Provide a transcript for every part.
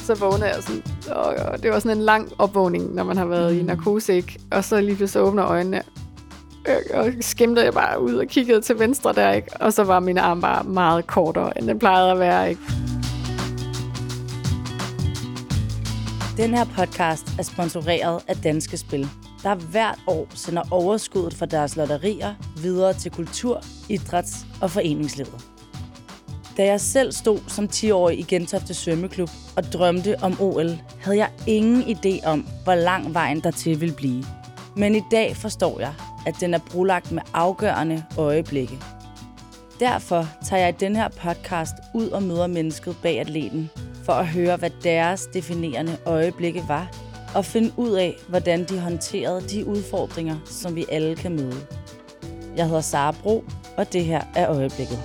så vågnede jeg sådan, og det var sådan en lang opvågning, når man har været i narkose, ikke? Og så lige pludselig åbner øjnene, og skimtede jeg bare ud og kiggede til venstre der, ikke? Og så var min arm bare meget kortere, end den plejede at være, ikke? Den her podcast er sponsoreret af Danske Spil, der hvert år sender overskuddet fra deres lotterier videre til kultur, idræts- og foreningslivet. Da jeg selv stod som 10-årig i Gentofte Svømmeklub og drømte om OL, havde jeg ingen idé om, hvor lang vejen dertil ville blive. Men i dag forstår jeg, at den er brolagt med afgørende øjeblikke. Derfor tager jeg i den her podcast ud og møder mennesket bag atleten, for at høre, hvad deres definerende øjeblikke var, og finde ud af, hvordan de håndterede de udfordringer, som vi alle kan møde. Jeg hedder Sara Bro, og det her er øjeblikket.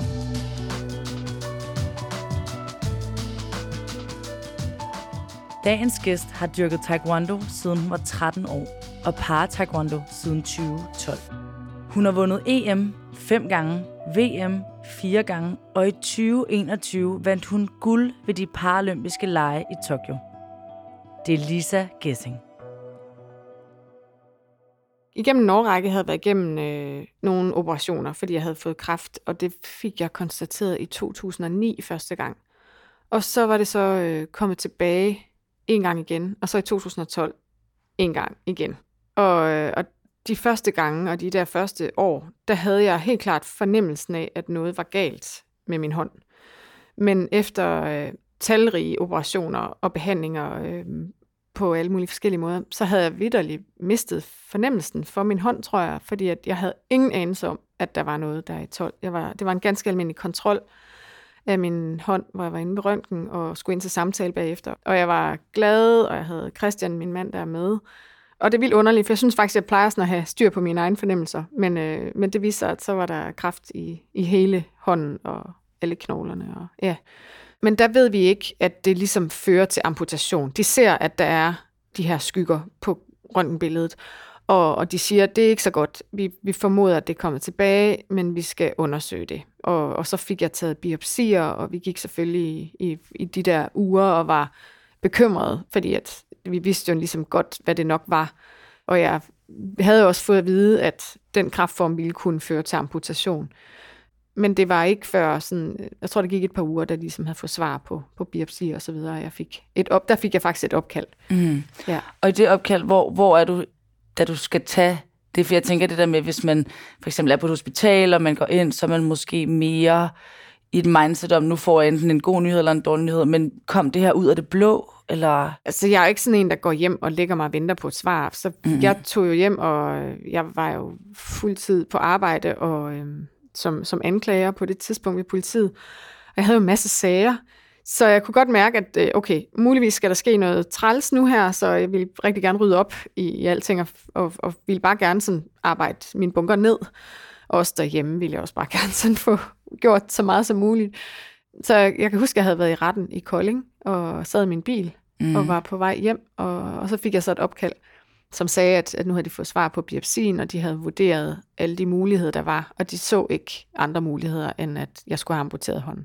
Dagens gæst har dyrket taekwondo siden hun var 13 år, og para-taekwondo siden 2012. Hun har vundet EM 5 gange, VM 4 gange, og i 2021 vandt hun guld ved de paralympiske lege i Tokyo. Det er Lisa Gessing. Igennem en årrække havde jeg været igennem nogle operationer, fordi jeg havde fået kræft, og det fik jeg konstateret i 2009 første gang. Og så var det så kommet tilbage en gang igen, og så i 2012 en gang igen. Og de første gange og de der første år, der havde jeg helt klart fornemmelsen af, at noget var galt med min hånd. Men efter talrige operationer og behandlinger på alle mulige forskellige måder, så havde jeg vitterligt mistet fornemmelsen for min hånd, tror jeg, fordi at jeg havde ingen anelse om, at der var noget der i 12. Det var en ganske almindelig kontrol af min hånd, hvor jeg var inde ved røntgen og skulle ind til samtale bagefter. Og jeg var glad, og jeg havde Christian, min mand, der med. Og det er vildt underligt, for jeg synes faktisk, at jeg plejer sådan at have styr på mine egne fornemmelser. Men det viste sig, at så var der kræft i hele hånden og alle knoglerne. Og, ja. Men der ved vi ikke, at det ligesom fører til amputation. De ser, at der er de her skygger på røntgenbilledet, og de siger, at det er ikke så godt. Vi formoder, at det er kommet tilbage, men vi skal undersøge det. Og så fik jeg taget biopsier, og vi gik selvfølgelig i de der uger og var bekymrede, fordi at vi vidste jo ligesom godt, hvad det nok var. Og jeg havde også fået at vide, at den kræftform ville kunne føre til amputation. Men det var ikke før sådan, jeg tror, det gik et par uger, da de ligesom havde fået svar på biopsi og så videre. Der fik jeg faktisk et opkald. Mm. Ja. Og i det opkald, hvor er du, da du skal tage det? For jeg tænker det der med, hvis man for eksempel er på et hospital, og man går ind, så er man måske mere i et mindset om, nu får jeg enten en god nyhed eller en dårlig nyhed, men kom det her ud af det blå? Eller? Altså, jeg er ikke sådan en, der går hjem og lægger mig og venter på et svar. Så jeg tog jo hjem, og jeg var jo fuldtid på arbejde, og som anklager på det tidspunkt ved politiet. Og jeg havde jo en masse sager, så jeg kunne godt mærke, at okay, muligvis skal der ske noget træls nu her, så jeg ville rigtig gerne rydde op i alting, og ville bare gerne sådan arbejde mine bunker ned. Også derhjemme ville jeg også bare gerne sådan få gjort så meget som muligt. Så jeg kan huske, at jeg havde været i retten i Kolding, og sad i min bil, og var på vej hjem, og så fik jeg så et opkald, som sagde, at nu havde de fået svar på biopsien, og de havde vurderet alle de muligheder, der var, og de så ikke andre muligheder, end at jeg skulle have amputeret hånden.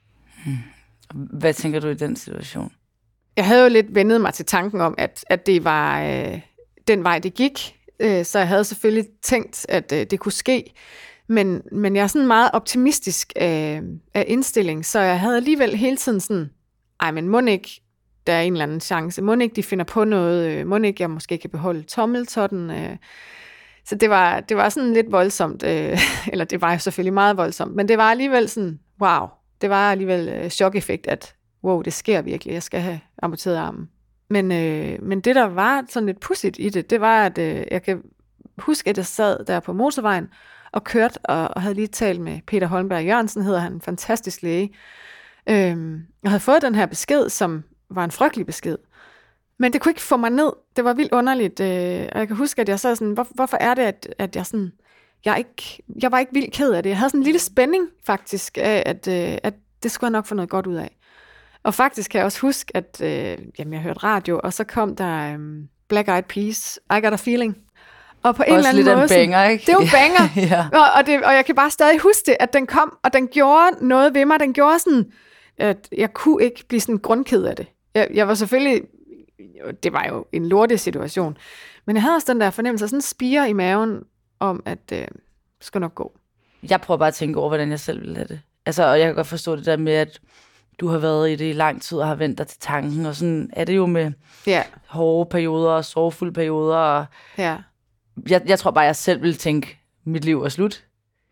Hvad tænker du i den situation? Jeg havde jo lidt vendet mig til tanken om, at det var den vej, det gik, så jeg havde selvfølgelig tænkt, at det kunne ske, men jeg er sådan meget optimistisk af indstilling, så jeg havde alligevel hele tiden sådan, men må ikke, der er en eller anden chance, må ikke de finder på noget, må ikke jeg måske kan beholde tommeltotten. Så det var sådan lidt voldsomt, eller det var jo selvfølgelig meget voldsomt, men det var alligevel sådan, wow, det var alligevel chok-effekt, at wow, det sker virkelig, jeg skal have amputeret armen. Men det, der var sådan lidt pudsigt i det var, at jeg kan huske, at jeg sad der på motorvejen og kørte, og havde lige talt med Peter Holmberg Jørgensen, hedder han, en fantastisk læge. Jeg havde fået den her besked, som var en frygtelig besked. Men det kunne ikke få mig ned. Det var vildt underligt. Og jeg kan huske, at jeg sad sådan, hvorfor er det, at jeg sådan... Jeg var ikke vildt ked af det. Jeg havde sådan en lille spænding, faktisk, af, at det skulle jeg nok få noget godt ud af. Og faktisk kan jeg også huske, at jeg hørte radio, og så kom der Black Eyed Peas, I Got a Feeling. Og på en eller anden måde... Også lidt en banger, ikke? Det var en banger. Ja. Og jeg kan bare stadig huske det, at den kom, og den gjorde noget ved mig. Den gjorde sådan, at jeg kunne ikke blive sådan grundked af det. Jeg var selvfølgelig, det var jo en lortig situation, men jeg havde også den der fornemmelse af sådan en spire i maven, om at det skal nok gå. Jeg prøver bare at tænke over, hvordan jeg selv vil have det. Altså, og jeg kan godt forstå det der med, at du har været i det i lang tid og har vendt dig til tanken, og sådan er det jo med hårde perioder og sorgfulde perioder. Og jeg tror bare, jeg selv vil tænke, mit liv er slut.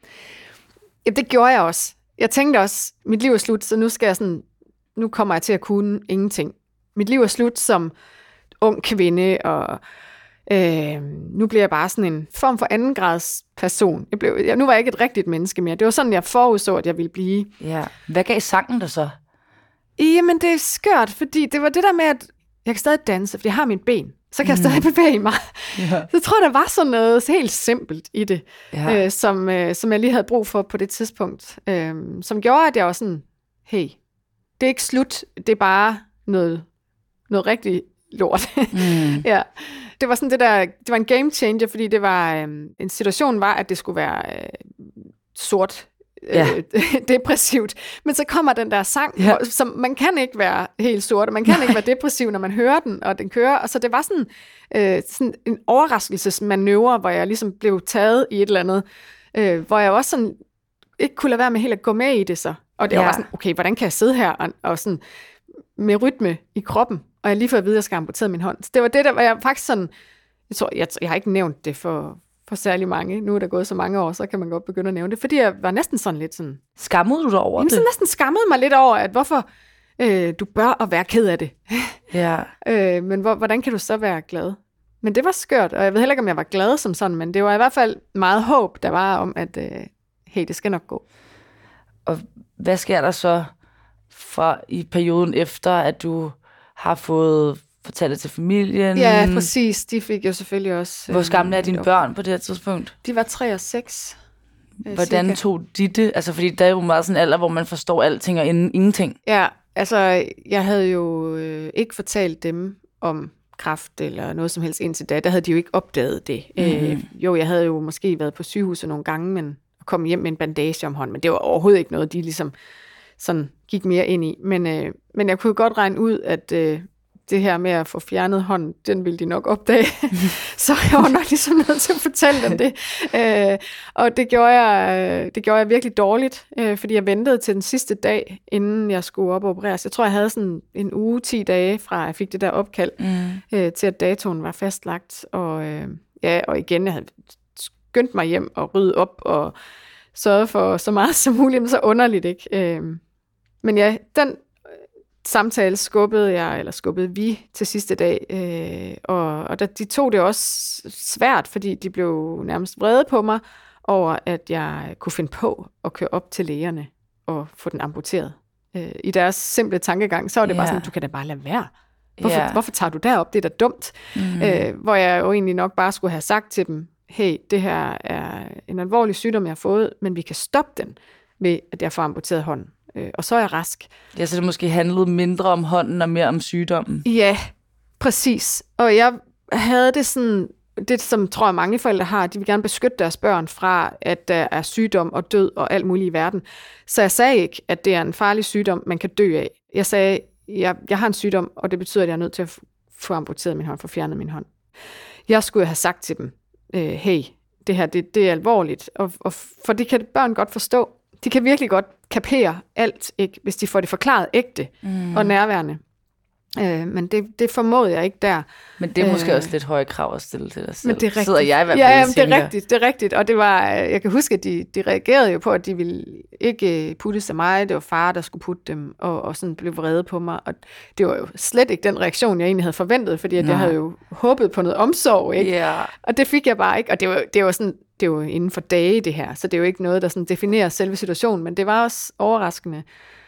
Ja, det gjorde jeg også. Jeg tænkte også, mit liv er slut, så nu kommer jeg til at kunne ingenting. Mit liv er slut som ung kvinde, og nu bliver jeg bare sådan en form for andengrads person. Nu var jeg ikke et rigtigt menneske mere. Det var sådan, jeg forudså, at jeg ville blive. Ja. Hvad gav sangen dig så? Jamen, det er skørt, fordi det var det der med, at jeg kan stadig danse, fordi jeg har mine ben. Så kan jeg stadig bevæge mig. Ja. Så tror der var sådan noget helt simpelt i det, som jeg lige havde brug for på det tidspunkt. Som gjorde, at jeg var sådan, hey, det er ikke slut, det er bare noget rigtig lort. Ja. Det var sådan det var en game changer, fordi det var, en situation var, at det skulle være sort, depressivt. Men så kommer den der sang, som man kan ikke være helt sort, og man kan ikke være depressiv, når man hører den, og den kører. Og så det var sådan en overraskelsesmanøvre, hvor jeg ligesom blev taget i et eller andet, hvor jeg også sådan ikke kunne lade være med helt at gå med i det så. Og det var sådan, okay, hvordan kan jeg sidde her og sådan med rytme i kroppen, og jeg lige fået at vide, at jeg skal amputere min hånd. Så det var det, der var jeg faktisk sådan, jeg har ikke nævnt det for særlig mange. Nu er der gået så mange år, så kan man godt begynde at nævne det, fordi jeg var næsten sådan lidt sådan... Skammede du dig over det? Jeg næsten skammede mig lidt over, at hvorfor du bør at være ked af det. Ja. Men hvordan kan du så være glad? Men det var skørt, og jeg ved heller ikke, om jeg var glad som sådan, men det var i hvert fald meget håb, der var om, at hey, det skal nok gå. Og hvad sker der så i perioden efter, at du har fået fortalt det til familien? Ja, præcis. De fik jo selvfølgelig også... Hvor gamle er dine børn på det her tidspunkt? De var 3 og 6. Hvordan tog de det? Altså, fordi der er jo meget sådan en alder, hvor man forstår alting og ingenting. Ja, altså, jeg havde jo ikke fortalt dem om kræft eller noget som helst indtil da. Der havde de jo ikke opdaget det. Jo, jeg havde jo måske været på sygehuset nogle gange, men kom hjem med en bandage om hånden, men det var overhovedet ikke noget, de ligesom sådan gik mere ind i. Men jeg kunne godt regne ud, at det her med at få fjernet hånden, den ville de nok opdage. Så jeg var nok ligesom nødt til at fortælle dem det. Og det gjorde jeg virkelig dårligt, fordi jeg ventede til den sidste dag, inden jeg skulle op og opereres. Jeg tror, jeg havde sådan en uge, 10 dage fra jeg fik det der opkald, til at datoen var fastlagt. Og igen, jeg havde skyndt mig hjem og ryddet op og sørget for så meget som muligt, men så underligt, ikke? Men ja, den samtale skubbede vi til sidste dag, og de tog det også svært, fordi de blev nærmest vrede på mig over, at jeg kunne finde på at køre op til lægerne og få den amputeret. I deres simple tankegang, så var det bare sådan, du kan da bare lade være. Hvorfor tager du derop? Det er da dumt. Hvor jeg jo egentlig nok bare skulle have sagt til dem, hey, det her er en alvorlig sygdom, jeg har fået, men vi kan stoppe den ved, at jeg får amputeret hånden. Og så er jeg rask. Ja, så det måske handlede mindre om hånden og mere om sygdommen. Ja, præcis. Og jeg havde det sådan, det som tror jeg mange forældre har, de vil gerne beskytte deres børn fra, at der er sygdom og død og alt muligt i verden. Så jeg sagde ikke, at det er en farlig sygdom, man kan dø af. Jeg sagde, jeg har en sygdom, og det betyder, at jeg er nødt til at få amputeret min hånd, få fjernet min hånd. Jeg skulle have sagt til dem, hey, det her, det er alvorligt, og for det kan børn godt forstå. De kan virkelig godt kapere alt, ikke, hvis de får det forklaret ægte og nærværende. Men det formåede jeg ikke der. Men det er måske også lidt høje krav at stille til dig selv. Men det er rigtigt. Sidder jeg i hvert fald det er rigtigt. Og det var, jeg kan huske, at de reagerede jo på, at de ville ikke puttes af mig. Det var far, der skulle putte dem, og sådan blev vrede på mig. Og det var jo slet ikke den reaktion, jeg egentlig havde forventet, fordi at jeg havde jo håbet på noget omsorg, ikke? Yeah. Og det fik jeg bare ikke. Og det var sådan, det er jo inden for dage, det her. Så det er jo ikke noget, der sådan definerer selve situationen, men det var også overraskende.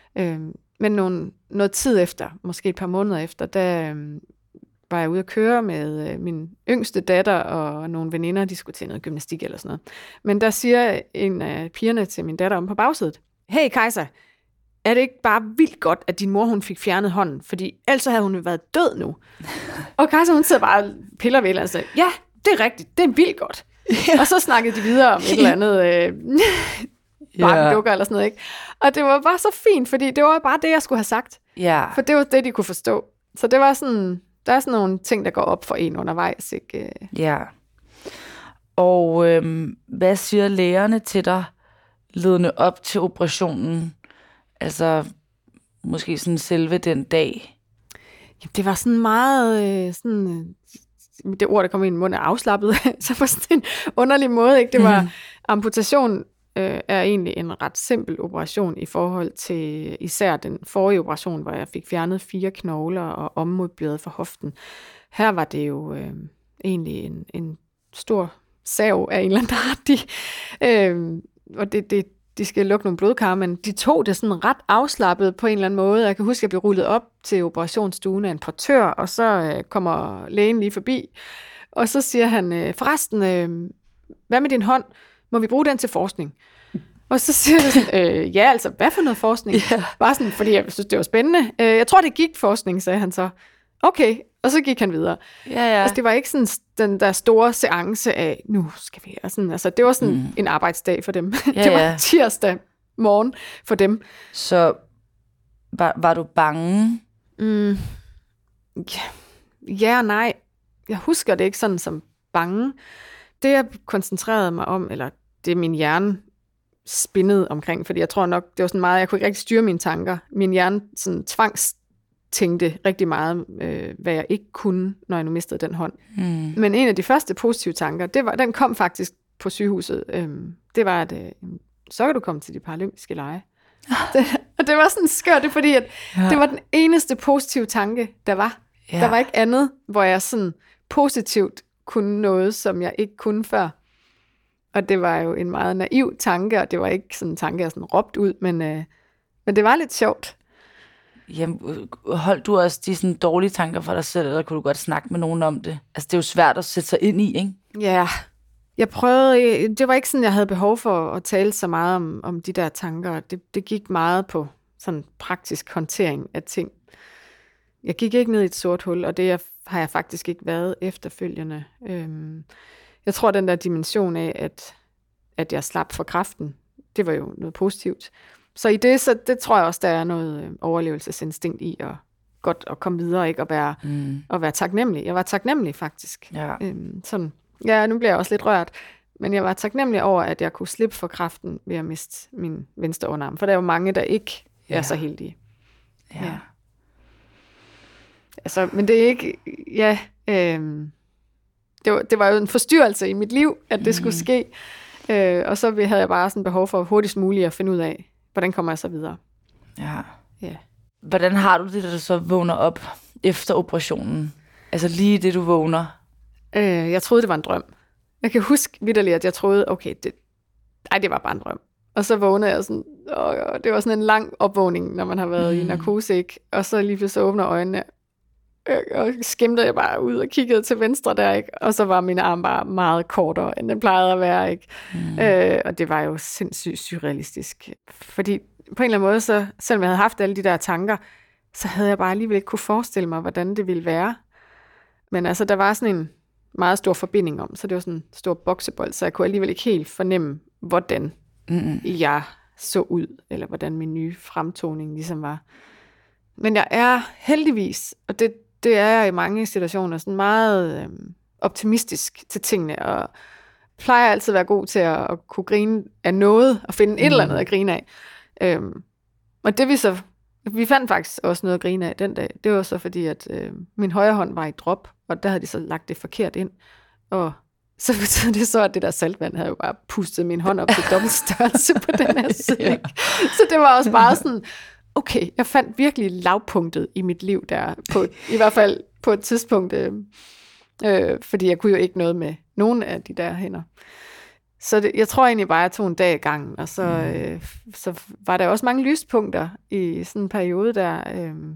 Men noget tid efter, måske et par måneder efter, der var jeg ude at køre med min yngste datter og nogle veninder, de skulle til noget gymnastik eller sådan noget. Men der siger en af pigerne til min datter om på bagsædet, hey Kajsa, er det ikke bare vildt godt, at din mor hun fik fjernet hånden, fordi ellers havde hun været død nu. Og Kajsa hun sidder bare og piller ved og siger, ja, det er rigtigt, det er vildt godt. Og så snakkede de videre om et eller andet barndukker eller sådan noget, ikke? Og det var bare så fint, fordi det var bare det, jeg skulle have sagt. Yeah. For det var det, de kunne forstå. Så det var sådan, der er sådan nogle ting, der går op for en undervejs, ikke? Ja. Og hvad siger lægerne til dig, ledende op til operationen? Altså, måske sådan selve den dag? Jamen, det var sådan meget, det ord, der kom i min mund, er afslappet, så på sådan en underlig måde, ikke? Det var, amputation er egentlig en ret simpel operation i forhold til især den forrige operation, hvor jeg fik fjernet 4 knogler og ommøbleret for hoften. Her var det jo egentlig en stor sav af en eller anden art. Og de skal lukke nogle blodkar, men de tog det sådan ret afslappet på en eller anden måde. Jeg kan huske, at jeg blev rullet op til operationsstuen af en portør, og så kommer lægen lige forbi, og så siger han, forresten, hvad med din hånd? Må vi bruge den til forskning? Og så siger jeg sådan, ja, altså, hvad for noget forskning? Yeah. Bare sådan, fordi jeg synes, det var spændende. Jeg tror, det gik forskning, sagde han så. Okay, og så gik han videre. Ja. Altså, det var ikke sådan den der store seance af, nu skal vi her. Sådan, altså, det var sådan en arbejdsdag for dem. Ja, det var tirsdag morgen for dem. Så var du bange? Ja og nej. Jeg husker det ikke sådan som bange. Det, jeg koncentrerede mig om, eller det min hjerne spinnede omkring, fordi jeg tror nok, det var sådan meget, jeg kunne ikke rigtig styre mine tanker. Min hjerne sådan tvangstænkte rigtig meget, hvad jeg ikke kunne, når jeg nu mistede den hånd. Men en af de første positive tanker, den kom faktisk på sygehuset. Det var, at så kan du komme til de paralympiske lege. Og det var sådan skørt, fordi at det var den eneste positive tanke, der var. Ja. Der var ikke andet, hvor jeg sådan positivt kunne noget, som jeg ikke kunne før. Og det var jo en meget naiv tanke, og det var ikke sådan en tanke, jeg sådan råbte ud, men det var lidt sjovt. Jamen, holdt du også de sådan dårlige tanker for dig selv, eller kunne du godt snakke med nogen om det? Altså, det er jo svært at sætte sig ind i, ikke? Ja, jeg prøvede, det var ikke sådan, jeg havde behov for at tale så meget om de der tanker. Det gik meget på sådan praktisk håndtering af ting. Jeg gik ikke ned i et sort hul, og det har jeg faktisk ikke været efterfølgende. Jeg tror, den der dimension af, at jeg slap for kræften, det var jo noget positivt. Så i det, så det tror jeg også, der er noget overlevelsesinstinkt i at godt at komme videre, ikke? Og være taknemmelig. Jeg var taknemmelig faktisk. Ja. Nu bliver jeg også lidt rørt, men jeg var taknemmelig over, at jeg kunne slippe for kræften ved at miste min venstre underarm. For der er jo mange, der ikke er så heldige. Ja. Altså, men det er ikke... Ja, det var jo en forstyrrelse i mit liv, at det skulle ske. Og så havde jeg bare sådan behov for hurtigst muligt at finde ud af, hvordan kommer jeg så videre. Ja. Hvordan har du det, da du så vågner op efter operationen? Altså lige det, du vågner? Jeg troede, det var en drøm. Jeg kan huske vitterligt, at jeg troede, okay, det var bare en drøm. Og så vågnede jeg sådan, det var sådan en lang opvågning, når man har været i narkose, ikke? Og så lige pludselig åbner øjnene, og skimtede jeg bare ud og kiggede til venstre der, ikke? Og så var min arm bare meget kortere, end den plejede at være, ikke? Og det var jo sindssygt surrealistisk. Fordi på en eller anden måde, så, selvom jeg havde haft alle de der tanker, så havde jeg bare alligevel ikke kunne forestille mig, hvordan det ville være. Men altså, der var sådan en meget stor forbinding om, så det var sådan en stor boksebold, så jeg kunne alligevel ikke helt fornemme, hvordan jeg så ud, eller hvordan min nye fremtoning ligesom var. Men jeg er heldigvis, og det er jeg i mange situationer, sådan meget optimistisk til tingene, og plejer altid at være god til at kunne grine af noget, og finde et eller andet at grine af. Og det vi fandt faktisk også noget at grine af den dag. Det var så fordi, at min højre hånd var i drop, og der havde de så lagt det forkert ind. Og så betød det så, at det der saltvand havde jo bare pustet min hånd op til dobbelt størrelse på den her side. Så det var også bare sådan, okay, jeg fandt virkelig lavpunktet i mit liv der, i hvert fald på et tidspunkt, fordi jeg kunne jo ikke noget med nogen af de der hænder. Så jeg tror egentlig bare, at jeg tog en dag i gangen, og så var der også mange lyspunkter i sådan en periode der.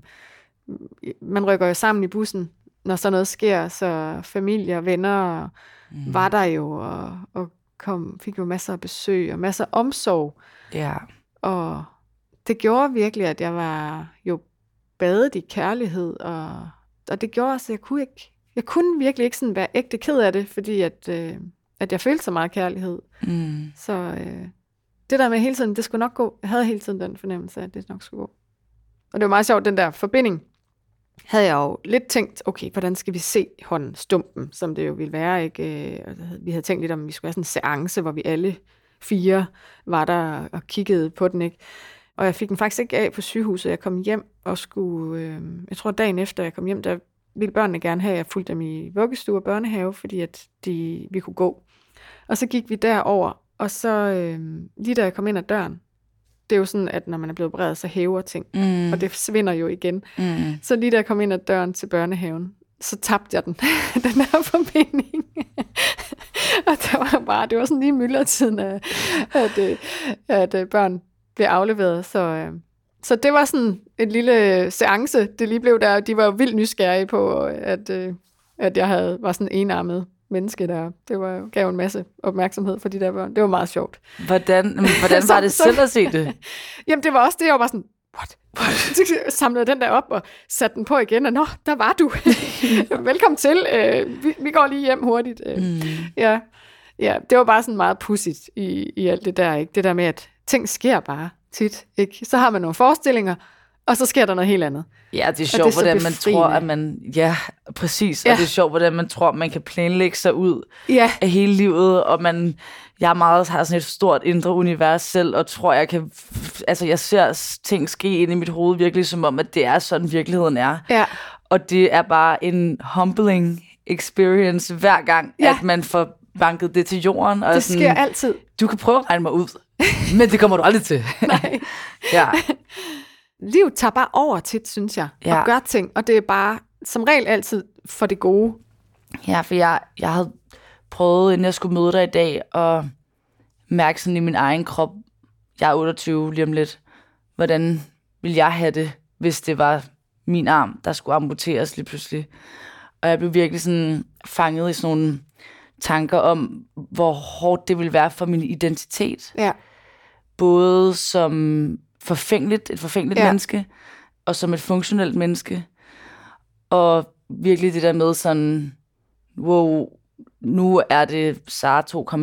Man rykker jo sammen i bussen, når sådan noget sker, så familie og venner var der jo, og fik jo masser af besøg og masser af omsorg. Ja. Og det gjorde virkelig, at jeg var jo badet i kærlighed, og det gjorde også, at jeg kunne virkelig ikke sådan være ægte ked af det, fordi at jeg følte så meget kærlighed. Så det der med hele tiden, det skulle nok gå. Jeg havde hele tiden den fornemmelse af, at det nok skulle gå. Og det var meget sjovt, den der forbinding havde jeg jo lidt tænkt, okay, hvordan skal vi se hånden, stumpen, som det jo ville være, ikke? Vi havde tænkt lidt om, vi skulle have sådan en seance, hvor vi alle 4 var der og kiggede på den, ikke? Og jeg fik den faktisk ikke af på sygehuset. Jeg kom hjem og skulle, jeg tror dagen efter jeg kom hjem, der ville børnene gerne have, at jeg fulgte dem i vuggestue og børnehave, fordi at vi kunne gå. Og så gik vi derover, og så lige da jeg kom ind ad døren, det er jo sådan, at når man er blevet opereret, så hæver ting, og det forsvinder jo igen. Så lige da jeg kom ind ad døren til børnehaven, så tabte jeg den her forbinding. Og det var sådan lige myldretiden, at børn blev afleveret. Så det var sådan en lille seance, det lige blev der. De var jo vildt nysgerrige på, at jeg var sådan en enarmet menneske der. Det gav en masse opmærksomhed for de der børn. Det var meget sjovt. Hvordan var det selv at se det? Jamen, det var også det, jeg var bare sådan, what? Så samlede den der op og satte den på igen, og der var du. Velkommen til. Vi går lige hjem hurtigt. Ja, det var bare sådan meget pudsigt i alt det der, ikke? Det der med, at ting sker bare tit, ikke? Så har man nogle forestillinger, og så sker der noget helt andet. Ja, det er sjovt, hvordan man tror, at man... Ja, præcis. Ja. Og det er sjovt, hvordan man tror, at man kan planlægge sig ud af hele livet, og jeg har sådan et stort indre univers selv, og tror, jeg ser ting ske ind i mit hoved virkelig, som om, at det er sådan, virkeligheden er. Ja. Og det er bare en humbling experience hver gang, at man får banket det til jorden. Og det sker altid. Du kan prøve at regne mig ud, men det kommer du aldrig til. Nej. Ja. Livet tager bare over tit, synes jeg, og gør ting, og det er bare som regel altid for det gode. Ja, for jeg havde prøvet, inden jeg skulle møde dig i dag, at mærke sådan i min egen krop, jeg er 28 lige om lidt, hvordan ville jeg have det, hvis det var min arm, der skulle amputeres lige pludselig. Og jeg blev virkelig sådan fanget i sådan nogle tanker om, hvor hårdt det ville være for min identitet. Ja. Både som et forfængeligt menneske, og som et funktionelt menneske. Og virkelig det der med sådan, wow, nu er det Sara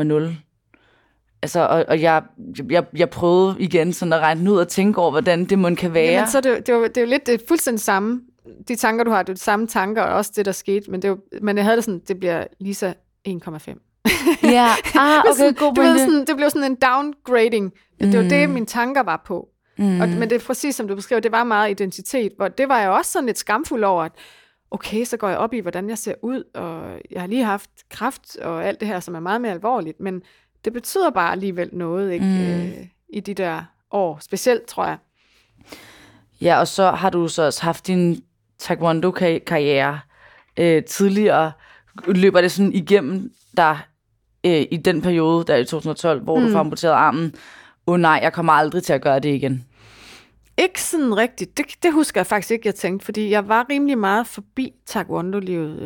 2,0. Altså, og jeg prøvede igen sådan at regne ud og tænke over, hvordan det må kan være. Jamen, så det er jo lidt fuldstændig samme. De tanker, du har, det er de samme tanker, og også det, der skete. Men jeg havde det sådan, det bliver Lisa 1,5. Ja, okay, god pointe. Det blev sådan en downgrading. Det var det, mine tanker var på. Men det er præcis, som du beskriver, det var meget identitet. Hvor det var jeg også sådan lidt skamfuld over, at okay, så går jeg op i, hvordan jeg ser ud, og jeg har lige haft kræft, og alt det her, som er meget mere alvorligt. Men det betyder bare alligevel noget, ikke? I de der år. Specielt, tror jeg. Ja, og så har du så også haft din taekwondo-karriere tidligere. Løber det sådan igennem dig i den periode, der i 2012, hvor du får amputeret armen? Nej, jeg kommer aldrig til at gøre det igen. Ikke sådan rigtigt. Det husker jeg faktisk ikke, jeg tænkte, fordi jeg var rimelig meget forbi taekwondo-livet.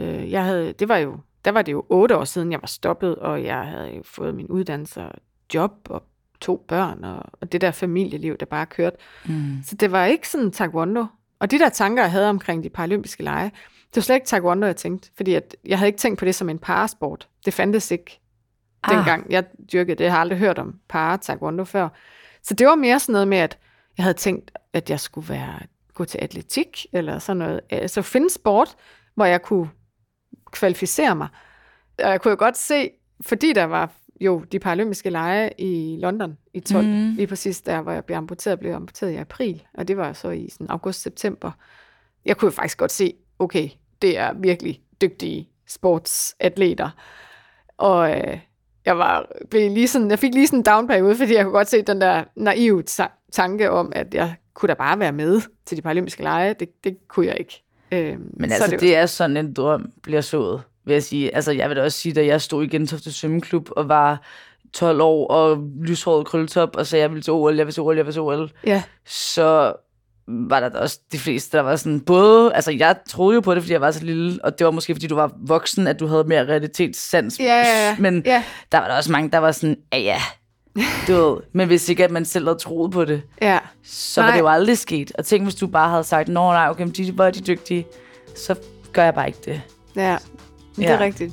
Der var det jo 8 år siden, jeg var stoppet, og jeg havde jo fået min uddannelse og job og 2 børn, og det der familieliv, der bare kørte. Så det var ikke sådan taekwondo. Og de der tanker, jeg havde omkring de paralympiske lege, det var slet ikke taekwondo, jeg tænkte, fordi at jeg havde ikke tænkt på det som en parasport. Det fandtes ikke dengang jeg dyrkede det. Jeg har aldrig hørt om para-taekwondo før. Så det var mere sådan noget med, at jeg havde tænkt, at jeg skulle gå til atletik, eller sådan noget. Så finde sport, hvor jeg kunne kvalificere mig. Og jeg kunne jo godt se, fordi der var jo de paralympiske lege i London i 12, lige præcis der, hvor jeg blev amputeret i april, og det var så i sådan august-september. Jeg kunne jo faktisk godt se, okay, det er virkelig dygtige sportsatleter. Og jeg fik lige sådan en down-periode, fordi jeg kunne godt se den der naive tanke om, at jeg kunne da bare være med til de paralympiske lege. Det kunne jeg ikke. Men altså, det er sådan en drøm, bliver sået, vil jeg sige. Altså, jeg vil da også sige, da jeg stod i Gentofte Svømmeklub og var 12 år og lyshåret krølletop og sagde, jeg vil til OL, ja. Så var der også de fleste, der var sådan både, altså jeg troede jo på det, fordi jeg var så lille, og det var måske, fordi du var voksen, at du havde mere realitetssans. Men der var der også mange, der var sådan, ja, du ved, men hvis ikke, at man selv havde troet på det, så var det jo aldrig sket. Og tænk, hvis du bare havde sagt, nej, okay, de var de dygtige, så gør jeg bare ikke det. Ja, det er rigtigt.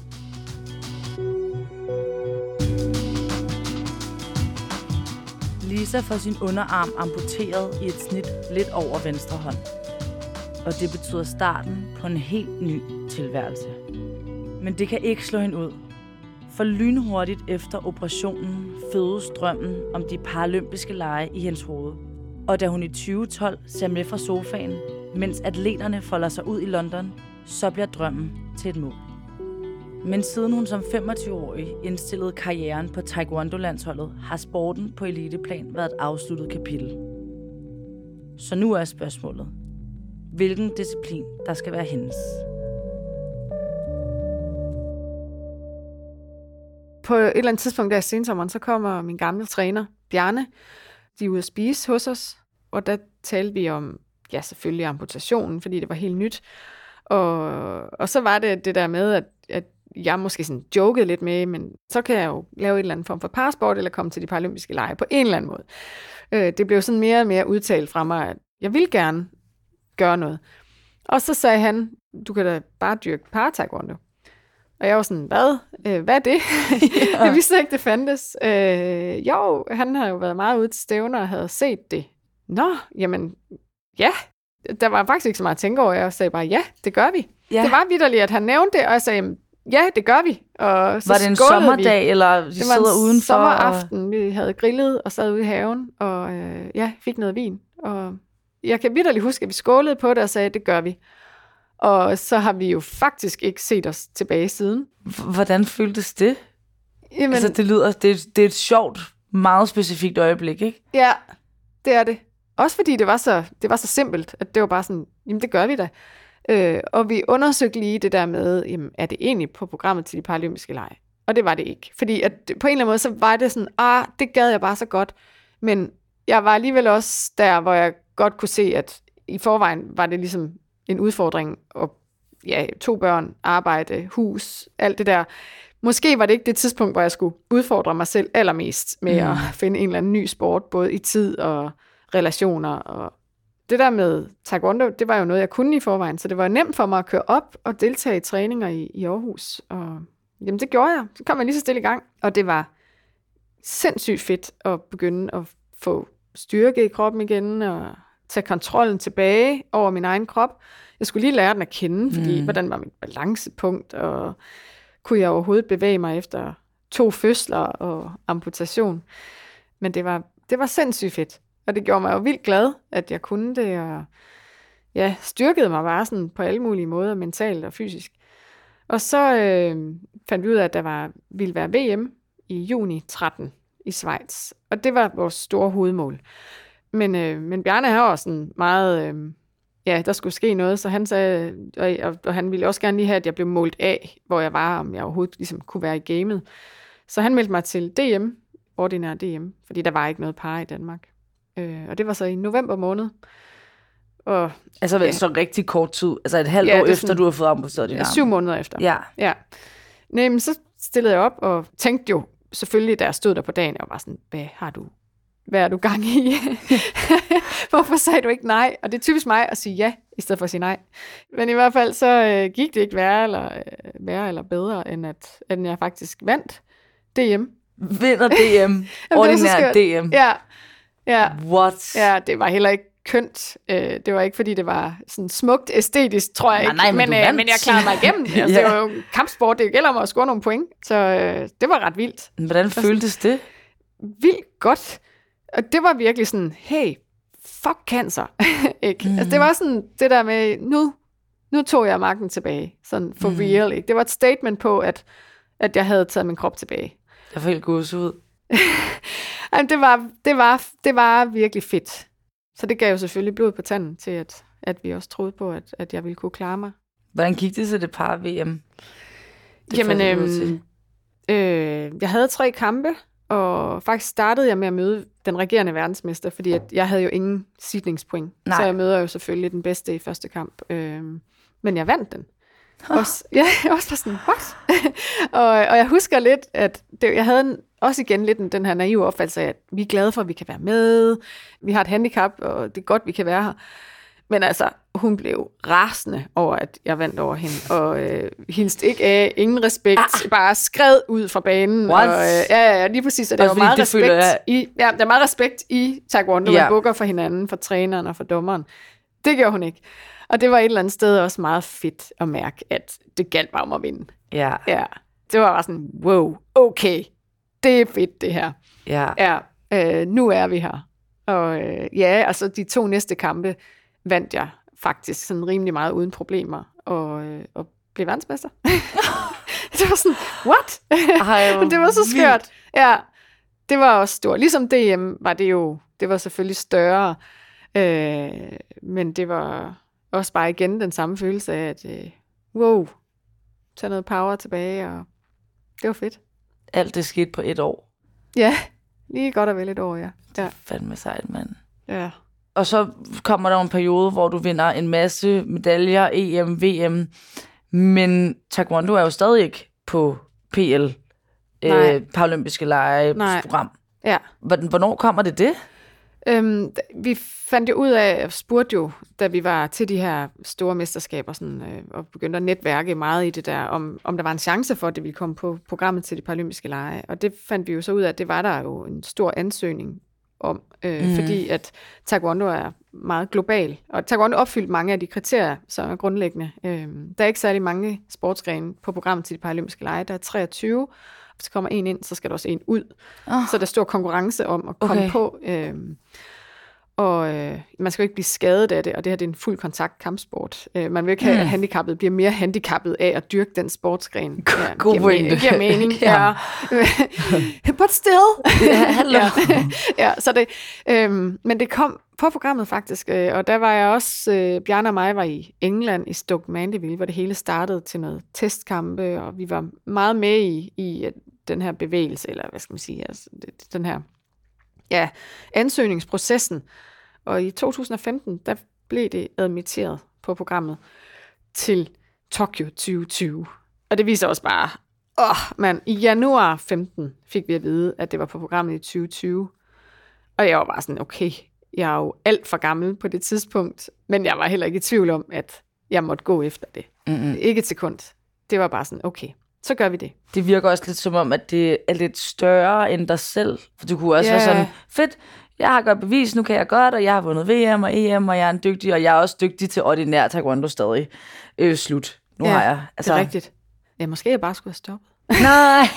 Lisa får sin underarm amputeret i et snit lidt over venstre hånd. og det betyder starten på en helt ny tilværelse. Men det kan ikke slå hende ud. For lynhurtigt efter operationen fødes drømmen om de paralympiske lege i hendes hoved. Og da hun i 2012 ser med fra sofaen, mens atleterne folder sig ud i London, så bliver drømmen til et mål. Men siden hun som 25-årig indstillede karrieren på Taekwondo-landsholdet, har sporten på eliteplan været et afsluttet kapitel. Så nu er spørgsmålet, hvilken disciplin der skal være hendes? På et eller andet tidspunkt der i sensommeren, så kommer min gamle træner, Bjarne. De er ude at spise hos os, og der talte vi om, ja selvfølgelig amputationen, fordi det var helt nyt. Og så var det det der med, at jeg måske sådan jokede lidt med, men så kan jeg jo lave en eller anden form for parasport, eller komme til de paralympiske lege på en eller anden måde. Det blev sådan mere og mere udtalt fra mig, at jeg vil gerne gøre noget. Og så sagde han, du kan da bare dyrke parataekwondo. Og jeg var sådan, hvad? Hvad er det? Jeg vidste ikke, det fandtes. Jo, han har jo været meget ude til stævner og havde set det. Nå, jamen, ja. Der var faktisk ikke så meget at tænke over. Jeg sagde bare, ja, det gør vi. Ja. Det var vitterligt, at han nævnte det, og jeg sagde, ja, det gør vi. Og så var det en sommerdag, eller de sidder udenfor? Det var en sommeraften. Vi havde grillet og sad ude i haven, og fik noget vin. Og jeg kan vitterligt huske, at vi skålede på det og sagde, det gør vi. Og så har vi jo faktisk ikke set os tilbage siden. Hvordan føltes det? Jamen, altså, det er et sjovt, meget specifikt øjeblik, ikke? Ja, det er det. Også fordi det var så simpelt, at det var bare sådan, jamen det gør vi da. Og vi undersøgte lige det der med, jamen er det egentlig på programmet til de paralympiske lege? Og det var det ikke. Fordi at på en eller anden måde, så var det sådan, det gad jeg bare så godt. Men jeg var alligevel også der, hvor jeg godt kunne se, at i forvejen var det ligesom en udfordring, og 2 børn, arbejde, hus, alt det der. Måske var det ikke det tidspunkt, hvor jeg skulle udfordre mig selv allermest med at finde en eller anden ny sport, både i tid og relationer. Og det der med taekwondo, det var jo noget, jeg kunne i forvejen, så det var nemt for mig at køre op og deltage i træninger i Aarhus. Og jamen, det gjorde jeg. Så kom jeg lige så stille i gang, og det var sindssygt fedt at begynde at få styrke i kroppen igen, og tage kontrollen tilbage over min egen krop. Jeg skulle lige lære den at kende, fordi hvordan var mit balancepunkt, og kunne jeg overhovedet bevæge mig efter 2 fødsler og amputation. Men det var sindssygt fedt, og det gjorde mig jo vildt glad, at jeg kunne det, og styrkede mig bare sådan på alle mulige måder, mentalt og fysisk. Og så fandt vi ud af, at der ville være VM i juni 13 i Schweiz, og det var vores store hovedmål. Men Bjarne har også sådan meget, der skulle ske noget, så han sagde, og han ville også gerne lige have, at jeg blev målt af, hvor jeg var, om jeg overhovedet ligesom kunne være i gamet. Så han meldte mig til DM, ordinær DM, fordi der var ikke noget par i Danmark. Og det var så i november måned. Og, altså så rigtig kort tid, altså et halvt år efter, du har fået amputeret din arm. 7 måneder efter. Ja. Nej, men så stillede jeg op og tænkte jo selvfølgelig, da jeg stod der på dagen, og var sådan, hvad er du gang i? Hvorfor sagde du ikke nej? Og det er typisk mig at sige ja, i stedet for at sige nej. Men i hvert fald så gik det ikke værre eller bedre, end at jeg faktisk vandt DM. Vinder DM? Ordinær DM? Ja. What? Ja, det var heller ikke kønt. Det var ikke, fordi det var sådan smukt æstetisk, tror jeg ikke. Nej, men jeg klarede mig igennem. Altså, det var jo kampsport, det gælder om at score nogle point. Så det var ret vildt. Hvordan føltes det? Vildt godt. Og det var virkelig sådan, hey, fuck cancer. Ikke? Altså, det var sådan det der med, nu tog jeg magten tilbage. Sådan for real. Ikke? Det var et statement på, at jeg havde taget min krop tilbage. Jeg får helt gåsehud. Det var virkelig fedt. Så det gav jo selvfølgelig blod på tanden til, at vi også troede på, at jeg ville kunne klare mig. Hvordan gik det til det par-VM? Jamen, jeg havde 3 kampe, og faktisk startede jeg med at møde den regerende verdensmester, fordi at jeg havde jo ingen seedningspoint. Så jeg møder jo selvfølgelig den bedste i første kamp. Men jeg vandt den. Jeg også var sådan, what? og jeg husker lidt, at jeg havde også igen lidt den her naive opfattelse af, at vi er glade for, at vi kan være med. Vi har et handicap, og det er godt, vi kan være her. Men altså, hun blev rasende over, at jeg vandt over hende, og hilste ikke af, ingen respekt, bare skred ud fra banen. What? Og, lige præcis, og der var meget respekt der er meget respekt i taekwondo, man bukker for hinanden, for træneren og for dommeren. Det gjorde hun ikke. Og det var et eller andet sted også meget fedt at mærke, at det galt bare om at vinde. Ja. Det var bare sådan, wow, okay, det er fedt det her. Ja. Nu er vi her. Og altså de 2 næste kampe vandt jeg faktisk sådan rimelig meget uden problemer, og blev verdensmester. Det var sådan, what? Men det var så skørt. Ja, det var også stort. Ligesom DM var det var selvfølgelig større, men det var også bare igen den samme følelse af, at wow, tage noget power tilbage, og det var fedt. Alt det skete på 1 år. Ja, lige godt og vel 1 år, ja. Fandme sejt, mand. Ja. Og så kommer der en periode, hvor du vinder en masse medaljer, EM, VM, men taekwondo er jo stadig ikke på PL, paralympiske legeprogram. Ja. Hvornår kommer det? Vi fandt jo ud af, spurgte jo, da vi var til de her store mesterskaber, sådan, og begyndte at netværke meget i det der, om der var en chance for, at det ville komme på programmet til de paralympiske lege. Og det fandt vi jo så ud af, at det var der jo en stor ansøgning om, fordi at taekwondo er meget global, og taekwondo opfyldt mange af de kriterier, som er grundlæggende. Der er ikke særlig mange sportsgrene på programmet til de paralympiske lege. Der er 23. Hvis der kommer en ind, så skal der også en ud. Så der er stor konkurrence om at komme på. Og man skal jo ikke blive skadet af det, og det her det er en fuld kontakt kampsport. Man vil ikke have, at handicappet bliver mere handicappet af at dyrke den sportsgren. God pointe. Giver mening. Ja. But still. Hallo. Så det, men det kom på programmet faktisk, og der var jeg også, Bjarne og mig var i England, i Stoke Mandeville, hvor det hele startede til noget testkampe, og vi var meget med i den her bevægelse, eller hvad skal man sige, altså, den her ansøgningsprocessen. Og i 2015, der blev det admitteret på programmet til Tokyo 2020. Og det viser også bare, i januar 15 fik vi at vide, at det var på programmet i 2020. Og jeg var bare sådan, okay, jeg er jo alt for gammel på det tidspunkt, men jeg var heller ikke i tvivl om, at jeg måtte gå efter det. Ikke et sekund. Det var bare sådan, okay, så gør vi det. Det virker også lidt som om, at det er lidt større end dig selv. For du kunne også være sådan, fedt, jeg har godt bevis, nu kan jeg godt, og jeg har vundet VM og EM, og jeg er en dygtig, og jeg er også dygtig til ordinær taekwondo stadig. Slut. Nu har jeg. Altså, det er rigtigt. Ja, måske jeg bare skulle have stoppet. Nej.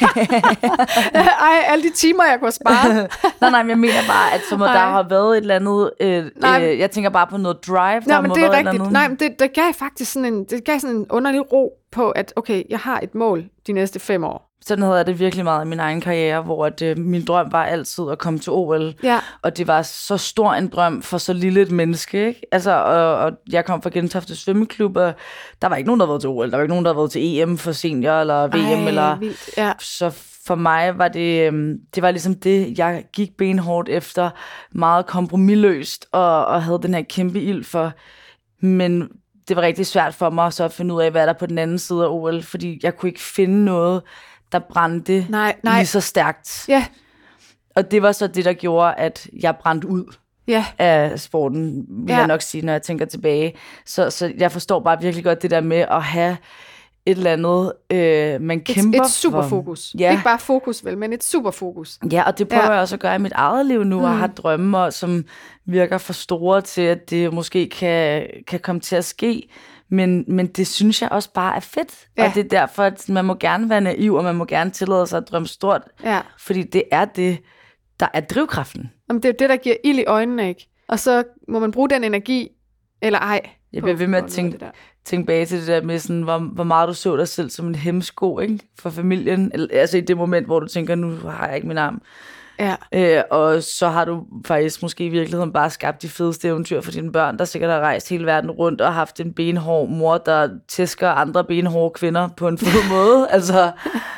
Alle de timer, jeg kunne have sparet. nej, men jeg mener bare, at som der har været et eller andet, jeg tænker bare på noget drive. Nej, men det er rigtigt. Nej, men det gav faktisk sådan en underlig ro på, at okay, jeg har et mål de næste 5 år. Sådan havde jeg det virkelig meget i min egen karriere, hvor at, min drøm var altid at komme til OL. Ja. Og det var så stor en drøm for så lille et menneske, ikke? Altså, og jeg kom fra Gentofte Svømmeklub, og der var ikke nogen, der havde været til OL. Der var ikke nogen, der havde været til EM for senior, eller VM, eller... Vildt. Ja. Så for mig var det var ligesom det, jeg gik benhårdt efter, meget kompromisløst, og havde den her kæmpe ild for. Men det var rigtig svært for mig så at finde ud af, hvad der på den anden side af OL, fordi jeg kunne ikke finde noget, der brændte lige så stærkt. Ja. Og det var så det, der gjorde, at jeg brændte ud af sporten, vil jeg nok sige, når jeg tænker tilbage. Så jeg forstår bare virkelig godt det der med at have et eller andet, man kæmper for. Et superfokus. Ja. Ikke bare fokus, vel, men et superfokus. Ja, og det prøver jeg også at gøre i mit eget liv nu, og har drømme, som virker for store til, at det måske kan komme til at ske. Men det synes jeg også bare er fedt. Ja. Og det er derfor, at man må gerne være naiv, og man må gerne tillade sig at drømme stort. Ja. Fordi det er det, der er drivkraften. Jamen, det er jo det, der giver ild i øjnene, ikke? Og så må man bruge den energi, eller ej. Jeg bliver ved med at tænke bag til det der med, sådan, hvor meget du så dig selv som en hemsko, ikke? For familien. Altså i det moment, hvor du tænker, nu har jeg ikke min arm. Ja. Og så har du faktisk måske i virkeligheden bare skabt de fedeste eventyr for dine børn, der sikkert har rejst hele verden rundt og haft en benhård mor, der tæsker andre benhårde kvinder på en fed måde. Altså...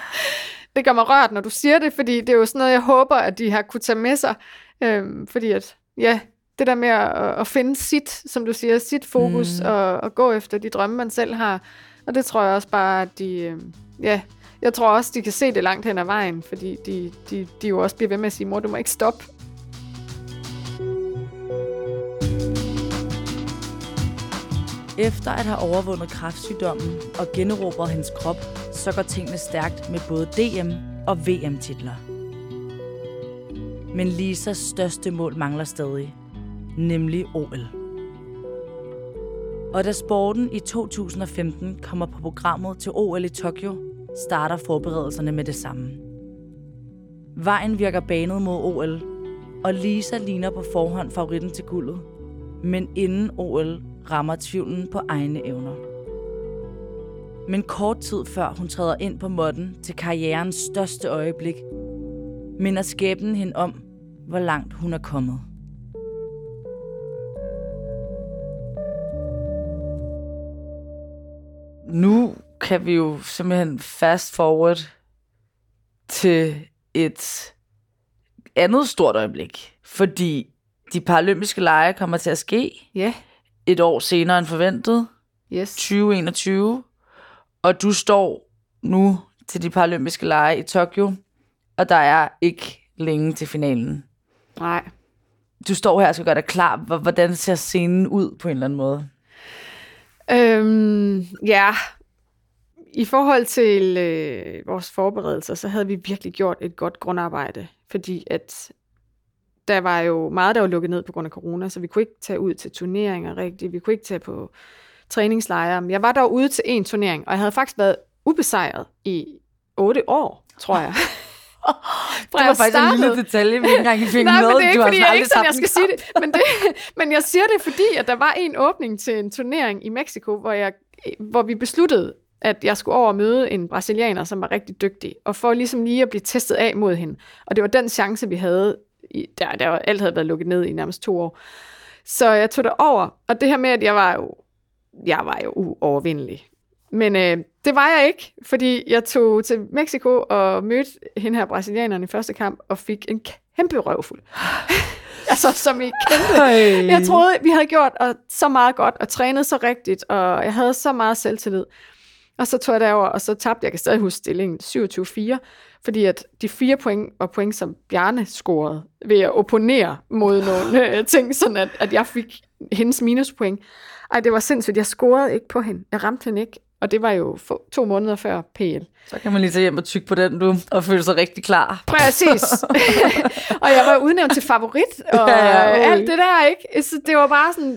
Det gør mig rørt, når du siger det, fordi det er jo sådan noget, jeg håber, at de har kunne tage med sig. Fordi at, det der med at finde sit, som du siger, sit fokus og gå efter de drømme, man selv har. Og det tror jeg også bare, at de... Jeg tror også, de kan se det langt hen ad vejen, fordi de jo også bliver ved med at sige, mor, du må ikke stoppe. Efter at have overvundet kræftsygdommen og generobret hendes krop, så går tingene stærkt med både DM og VM-titler. Men Lisas største mål mangler stadig, nemlig OL. Og da sporten i 2015 kommer på programmet til OL i Tokyo, starter forberedelserne med det samme. Vejen virker banet mod OL, og Lisa ligner på forhånd favoritten til guldet. Men inden OL rammer tvivlen på egne evner. Men kort tid før hun træder ind på måtten til karrierens største øjeblik, minder skæbnen hende om, hvor langt hun er kommet. Nu kan vi jo simpelthen fast forward til et andet stort øjeblik, fordi de paralympiske lege kommer til at ske et år senere end forventet, 2021, og du står nu til de paralympiske lege i Tokyo, og der er ikke længe til finalen. Nej. Du står her og skal gøre dig klar. Hvordan ser scenen ud på en eller anden måde? Ja, i forhold til vores forberedelser, så havde vi virkelig gjort et godt grundarbejde, fordi at der var jo meget, der var lukket ned på grund af corona, så vi kunne ikke tage ud til turneringer rigtigt, vi kunne ikke tage på træningslejre. Jeg var derude til en turnering, og jeg havde faktisk været ubesejret i 8 år, tror jeg. Det var faktisk en lille detalje, vi ikke engang fik med. Nej, men det er ikke, du fordi jeg ikke sådan, jeg skal sige det. Men jeg siger det, fordi at der var en åbning til en turnering i Mexico, hvor vi besluttede, at jeg skulle over og møde en brasilianer, som var rigtig dygtig, og for ligesom lige at blive testet af mod hende. Og det var den chance, vi havde, der alt havde været lukket ned i nærmest 2 år. Så jeg tog det over, og det her med, at jeg var jo uovervindelig. Men det var jeg ikke, fordi jeg tog til Mexico og mødte hende her brasilianeren i første kamp, og fik en kæmpe røvfuld. Altså, som I kendte. Jeg troede, vi havde gjort så meget godt, og trænet så rigtigt, og jeg havde så meget selvtillid. Og så tog jeg derover, og så tabte jeg kan stadig huske stillingen 27-4, fordi at de 4 point var point, som Bjarne scorede ved at opponere mod nogle ting, sådan at jeg fik hendes minuspoint. Ej, det var sindssygt. Jeg scorede ikke på hende. Jeg ramte hende ikke. Og det var jo 2 måneder før PL. Så kan man lige tage hjem og tygge på den, du, og føle sig rigtig klar. Præcis. Og jeg var udnævnt til favorit, og alt det der, ikke? Så det var bare sådan,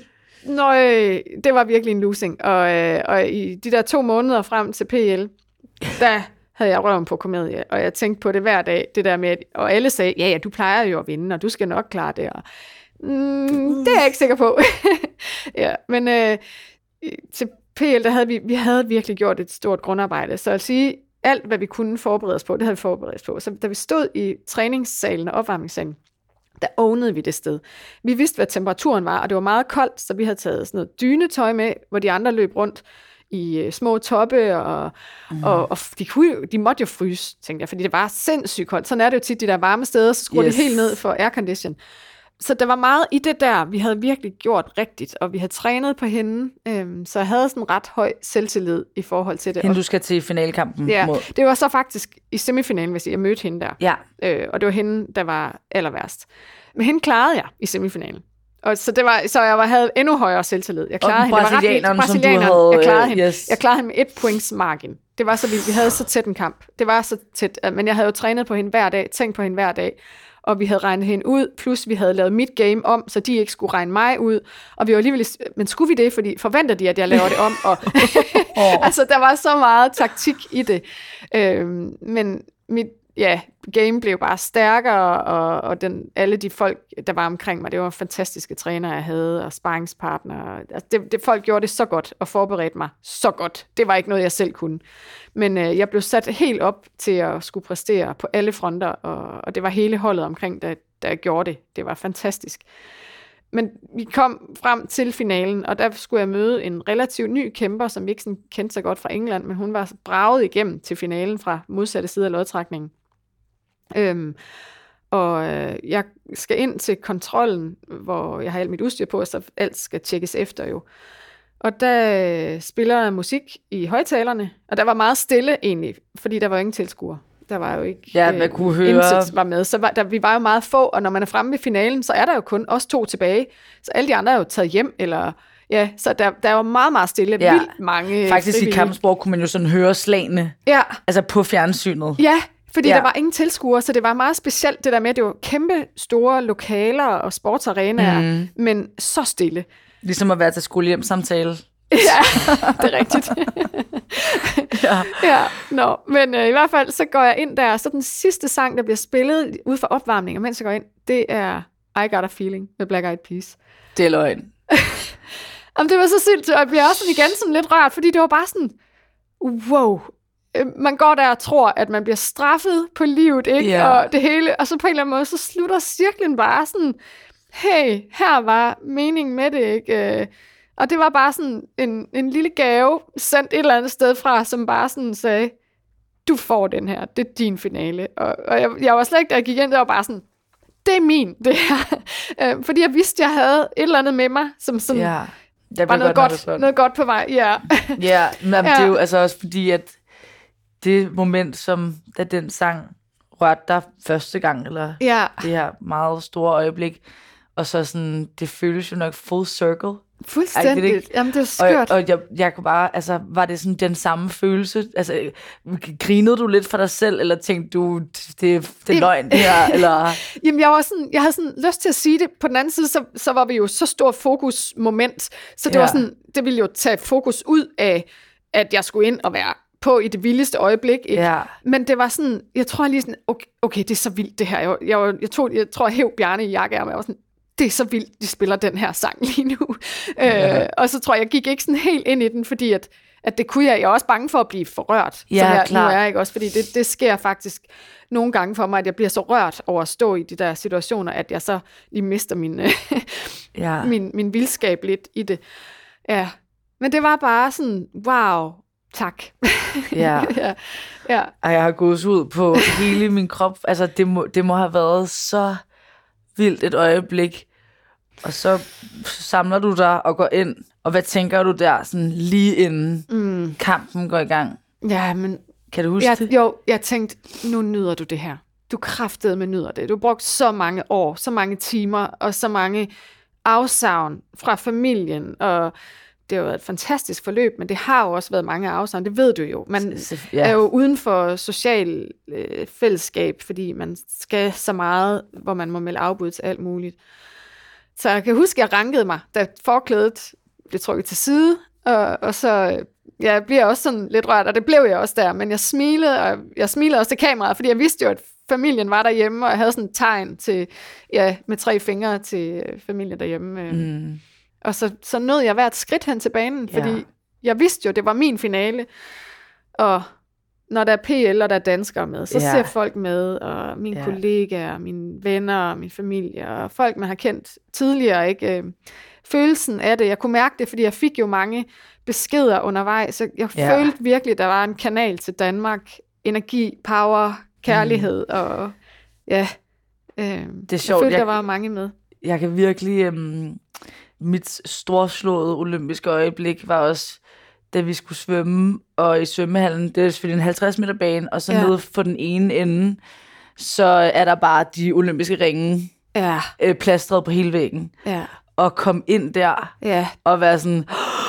det var virkelig en losing. Og i de der 2 måneder frem til PL, der havde jeg røven på komedie, og jeg tænkte på det hver dag, det der med, og alle sagde, ja, du plejer jo at vinde, og du skal nok klare det, og det er jeg ikke sikker på. Ja, men til PL, der havde vi havde virkelig gjort et stort grundarbejde, så at sige, alt hvad vi kunne forberede os på, det havde vi forberedt os på. Så da vi stod i træningssalen og opvarmningssalen, der ownede vi det sted. Vi vidste, hvad temperaturen var, og det var meget koldt, så vi havde taget sådan noget dynetøj med, hvor de andre løb rundt i små toppe, og de måtte jo fryse, tænkte jeg, fordi det var sindssygt koldt. Sådan er det jo tit, de der varme steder, så skruer det helt ned for aircondition. Så der var meget i det der, vi havde virkelig gjort rigtigt, og vi havde trænet på hende, så jeg havde sådan ret høj selvtillid i forhold til det. Hende, du skal til finalkampen mod. Det var så faktisk i semifinalen, hvis jeg mødte hende der. Ja. Og det var hende, der var aller værst. Men hende klarede jeg i semifinalen. Og så jeg havde endnu højere selvtillid. Jeg klarede hende. Jeg klarede hende. Yes. Jeg klarede hende med 1 points margin. Det var så vildt. Vi havde så tæt en kamp. Det var så tæt, men jeg havde jo trænet på hende hver dag, tænkt på hende hver dag. Og vi havde regnet hende ud, plus vi havde lavet mit game om, så de ikke skulle regne mig ud. Og vi var alligevel, men skulle vi det, fordi forventer de, at jeg laver det om? Og altså, der var så meget taktik i det. Men mit game blev bare stærkere, og alle de folk, der var omkring mig, det var fantastiske trænere, jeg havde, og sparringspartnere. Altså, folk gjorde det så godt, og forberedte mig så godt. Det var ikke noget, jeg selv kunne. Men jeg blev sat helt op til at skulle præstere på alle fronter, og det var hele holdet omkring, der gjorde det. Det var fantastisk. Men vi kom frem til finalen, og der skulle jeg møde en relativt ny kæmper, som vi ikke sådan kendte så godt fra England, men hun var braget igennem til finalen fra modsatte side af lodtrækningen. Og jeg skal ind til kontrollen, hvor jeg har alt mit udstyr på, så alt skal tjekkes efter jo. Og der spiller jeg musik i højtalerne, og der var meget stille egentlig, fordi der var ingen tilskuere. Der var jo ikke man kunne høre. Indsats var med. Så vi var jo meget få, og når man er fremme ved finalen, så er der jo kun os 2 tilbage. Så alle de andre er jo taget hjem, så der var meget, meget stille. Ja. Vildt mange faktisk frivillige. I kampsport kunne man jo sådan høre slagene, altså på fjernsynet. Ja, fordi der var ingen tilskuere, så det var meget specielt det der med, at det var kæmpe store lokaler og sportsarenaer, men så stille. Ligesom at være til skolehjemsamtale. det er rigtigt. Men i hvert fald, så går jeg ind der, så den sidste sang, der bliver spillet ude for opvarmning, og mens jeg går ind, det er I Got a Feeling med Black Eyed Peas. Det er løgn. Jamen, det var så sindssygt, og jeg bliver også igen sådan lidt rørt, fordi det var bare sådan, wow, man går der og tror, at man bliver straffet på livet, ikke? Yeah. Og det hele, og så på en eller anden måde, så slutter cirklen bare sådan, hey, her var meningen med det, ikke? Og det var bare sådan en lille gave, sendt et eller andet sted fra, som bare sådan sagde, du får den her, det er din finale. Og jeg var slet ikke, da jeg gik ind, det var bare sådan, det er min, det her. Fordi jeg vidste, jeg havde et eller andet med mig, som sådan, var noget godt på vej. Ja, men det er jo altså også fordi, at det moment, som da den sang rørte dig første gang, eller det her meget store øjeblik, og så sådan, det føles jo nok full circle. Fuldstændig. Jamen, det er skørt. Og jeg kunne bare, altså, var det sådan den samme følelse? Altså, grinede du lidt for dig selv, eller tænkte du, det er løgn det her, eller? Jamen, jeg havde sådan lyst til at sige det. På den anden side, så var vi jo så stor fokusmoment, så det var sådan, det ville jo tage fokus ud af, at jeg skulle ind og være på i det vildeste øjeblik, ikke? Ja. Men det var sådan, jeg tror lige sådan, okay, det er så vildt det her. Jeg tror, jeg hæv Bjarne i jakkeærmet, jeg var sådan, det er så vildt, de spiller den her sang lige nu. Og så tror jeg gik ikke sådan helt ind i den, fordi at det kunne jeg. Jeg er også bange for at blive forrørt, som jeg nu er, ikke også? Fordi det sker faktisk nogle gange for mig, at jeg bliver så rørt over at stå i de der situationer, at jeg så lige mister min vildskab lidt i det. Ja. Men det var bare sådan, wow, tak. Ja. Og jeg har gået ud på hele min krop. Altså, det må have været så vildt et øjeblik, og så samler du dig og går ind, og hvad tænker du der, sådan lige inden kampen går i gang? Ja, men kan du huske det? Jo, jeg tænkte, nu nyder du det her. Du kraftedeme nyder det. Du har brugt så mange år, så mange timer, og så mange afsavn fra familien, og det har jo været et fantastisk forløb, men det har jo også været mange afsavn, det ved du jo. Man er jo uden for social fællesskab, fordi man skal så meget, hvor man må melde afbud til alt muligt. Så jeg kan huske, at jeg rankede mig, da forklædet blev trukket til side, og så jeg bliver også sådan lidt rørt, og det blev jeg også der, men jeg smilede også til kameraet, fordi jeg vidste jo, at familien var derhjemme, og jeg havde sådan et tegn til, med 3 fingre til familien derhjemme. Og så nød jeg hvert skridt hen til banen, fordi jeg vidste jo, det var min finale. Og når der er PL, og der er danskere med, så ser folk med, og mine kollegaer, mine venner, min familie, og folk, man har kendt tidligere, ikke? Følelsen af det, jeg kunne mærke det, fordi jeg fik jo mange beskeder undervejs, så jeg følte virkelig, der var en kanal til Danmark, energi, power, kærlighed, og det er sjovt. Jeg følte, der var mange med. Jeg kan virkelig... Mit storslåede olympiske øjeblik var også, da vi skulle svømme, og i svømmehallen, det er selvfølgelig en 50 meter bane, og så nede for den ene ende, så er der bare de olympiske ringe plastret på hele væggen. Ja. Og kom ind der, og være sådan...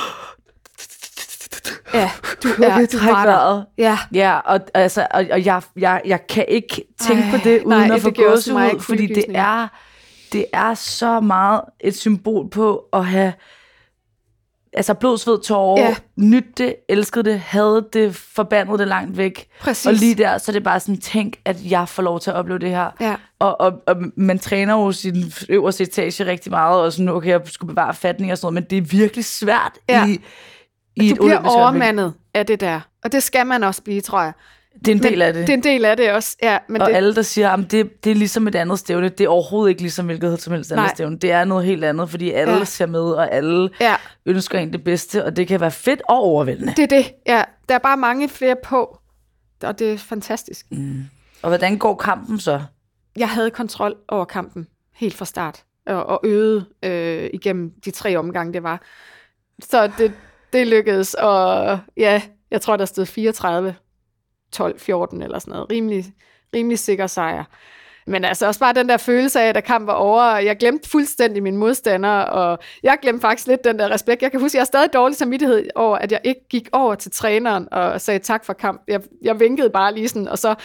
Ja, du var der. Ja, og jeg kan ikke tænke på det, uden at få gåsehud, fordi det er så meget et symbol på at have blod, sved, tårer, nyt det, elsket det, havde det, forbandet det langt væk. Præcis. Og lige der, så er det bare sådan, tænk, at jeg får lov til at opleve det her. Ja. Og man træner jo sin øverste etage rigtig meget, og sådan, okay, jeg skulle bevare fatning og sådan noget, men det er virkelig svært i et olympisk. Du bliver overmandet af det der, og det skal man også blive, tror jeg. Det er en del af det. Det er en del af det også, ja. Men og alle, der siger, at det er ligesom et andet stævne, det er overhovedet ikke ligesom hvilket som helst andet stævne. Det er noget helt andet, fordi alle ser med, og alle ønsker en det bedste, og det kan være fedt og overvældende. Det er det, ja. Der er bare mange flere på, og det er fantastisk. Og hvordan går kampen så? Jeg havde kontrol over kampen helt fra start, og øvede igennem de 3 omgange, det var. Så det lykkedes, og jeg tror, der stod 34. 12-14 eller sådan noget. Rimelig sikker sejr. Men altså også bare den der følelse af, at kampen var over. Jeg glemte fuldstændig mine modstandere, og jeg glemte faktisk lidt den der respekt. Jeg kan huske, at jeg er stadig dårlig samvittighed over, at jeg ikke gik over til træneren og sagde tak for kamp. Jeg vinkede bare lige sådan, og så,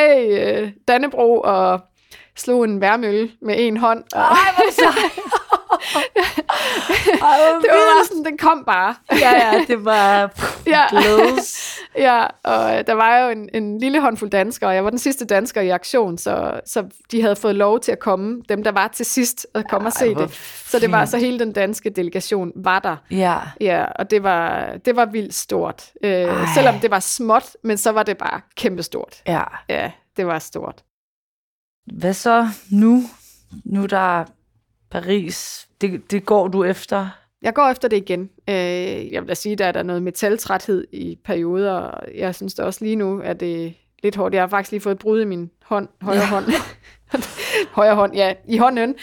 Dannebro, og slog en værmølle med 1 hånd. Ej, hvor sej! Det var bare sådan, den kom bare. Ja, det var glædes. Ja, og der var jo en lille håndfuld danskere, og jeg var den sidste dansker i aktion, så de havde fået lov til at komme, dem der var til sidst, at komme og se det. Så det var så hele den danske delegation var der. Ja, og det var vildt stort. Selvom det var småt, men så var det bare kæmpestort. Ja, det var stort. Hvad så nu? Nu der er Paris. Det går du efter? Jeg går efter det igen. Jeg vil da sige, at der er noget metaltræthed i perioder, og jeg synes da også lige nu, at det er lidt hårdt. Jeg har faktisk lige fået et brud i min højre hånd. Højre hånd, ja, i hånden.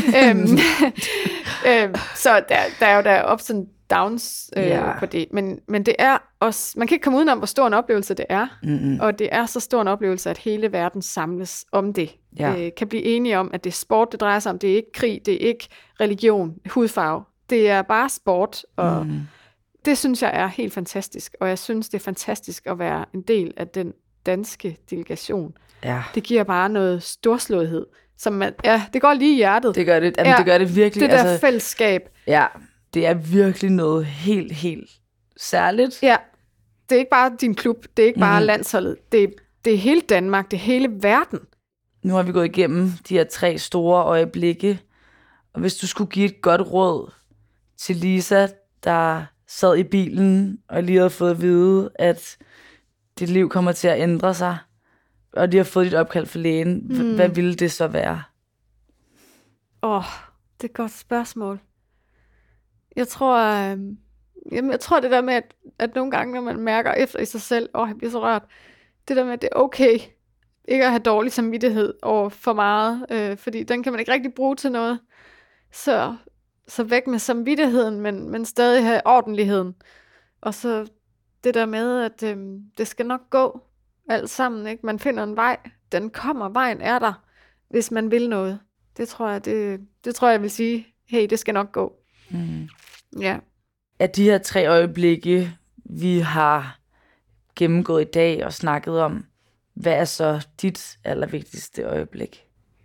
Så der er jo der ups and downs på det. Men det er også, man kan ikke komme udenom, hvor stor en oplevelse det er. Mm-hmm. Og det er så stor en oplevelse, at hele verden samles om det. Kan blive enige om, at det er sport, det drejer sig om. Det er ikke krig, det er ikke religion, hudfarve. Det er bare sport, og det synes jeg er helt fantastisk. Og jeg synes, det er fantastisk at være en del af den danske delegation. Ja. Det giver bare noget storslåethed. Som det går lige i hjertet. Det gør det. Jamen, det gør det virkelig. Det der fællesskab. Ja, det er virkelig noget helt, helt særligt. Ja, det er ikke bare din klub, det er ikke bare landsholdet. Det er hele Danmark, det er hele verden. Nu har vi gået igennem de her 3 store øjeblikke. Og hvis du skulle give et godt råd til Lisa, der sad i bilen og lige havde fået at vide, at dit liv kommer til at ændre sig, og de har fået dit opkald for lægen, hvad ville det så være? Det er et godt spørgsmål. Jeg tror det der med, at nogle gange, når man mærker efter i sig selv, jeg bliver så rørt, det der med, at det er okay ikke at have dårlig samvittighed over for meget, fordi den kan man ikke rigtig bruge til noget. Så væk med samvittigheden, men stadig have ordentligheden. Og så det der med, at det skal nok gå alt sammen, ikke? Man finder en vej, den kommer, vejen er der, hvis man vil noget. Det tror jeg vil sige, hey, det skal nok gå. Ja. Af de her 3 øjeblikke, vi har gennemgået i dag og snakket om, hvad er så dit allervigtigste øjeblik?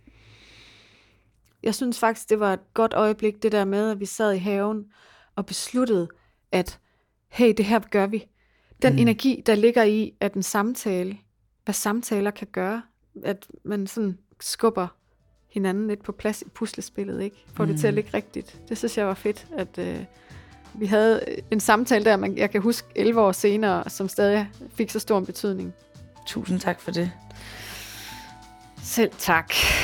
Jeg synes faktisk, det var et godt øjeblik, det der med, at vi sad i haven og besluttede, at hey, det her gør vi. Den energi, der ligger i, at en samtale, hvad samtaler kan gøre, at man sådan skubber hinanden lidt på plads i puslespillet, ikke? Får det til at ligge rigtigt. Det synes jeg var fedt, at vi havde en samtale der, jeg kan huske 11 år senere, som stadig fik så stor en betydning. Tusind tak for det. Selv tak.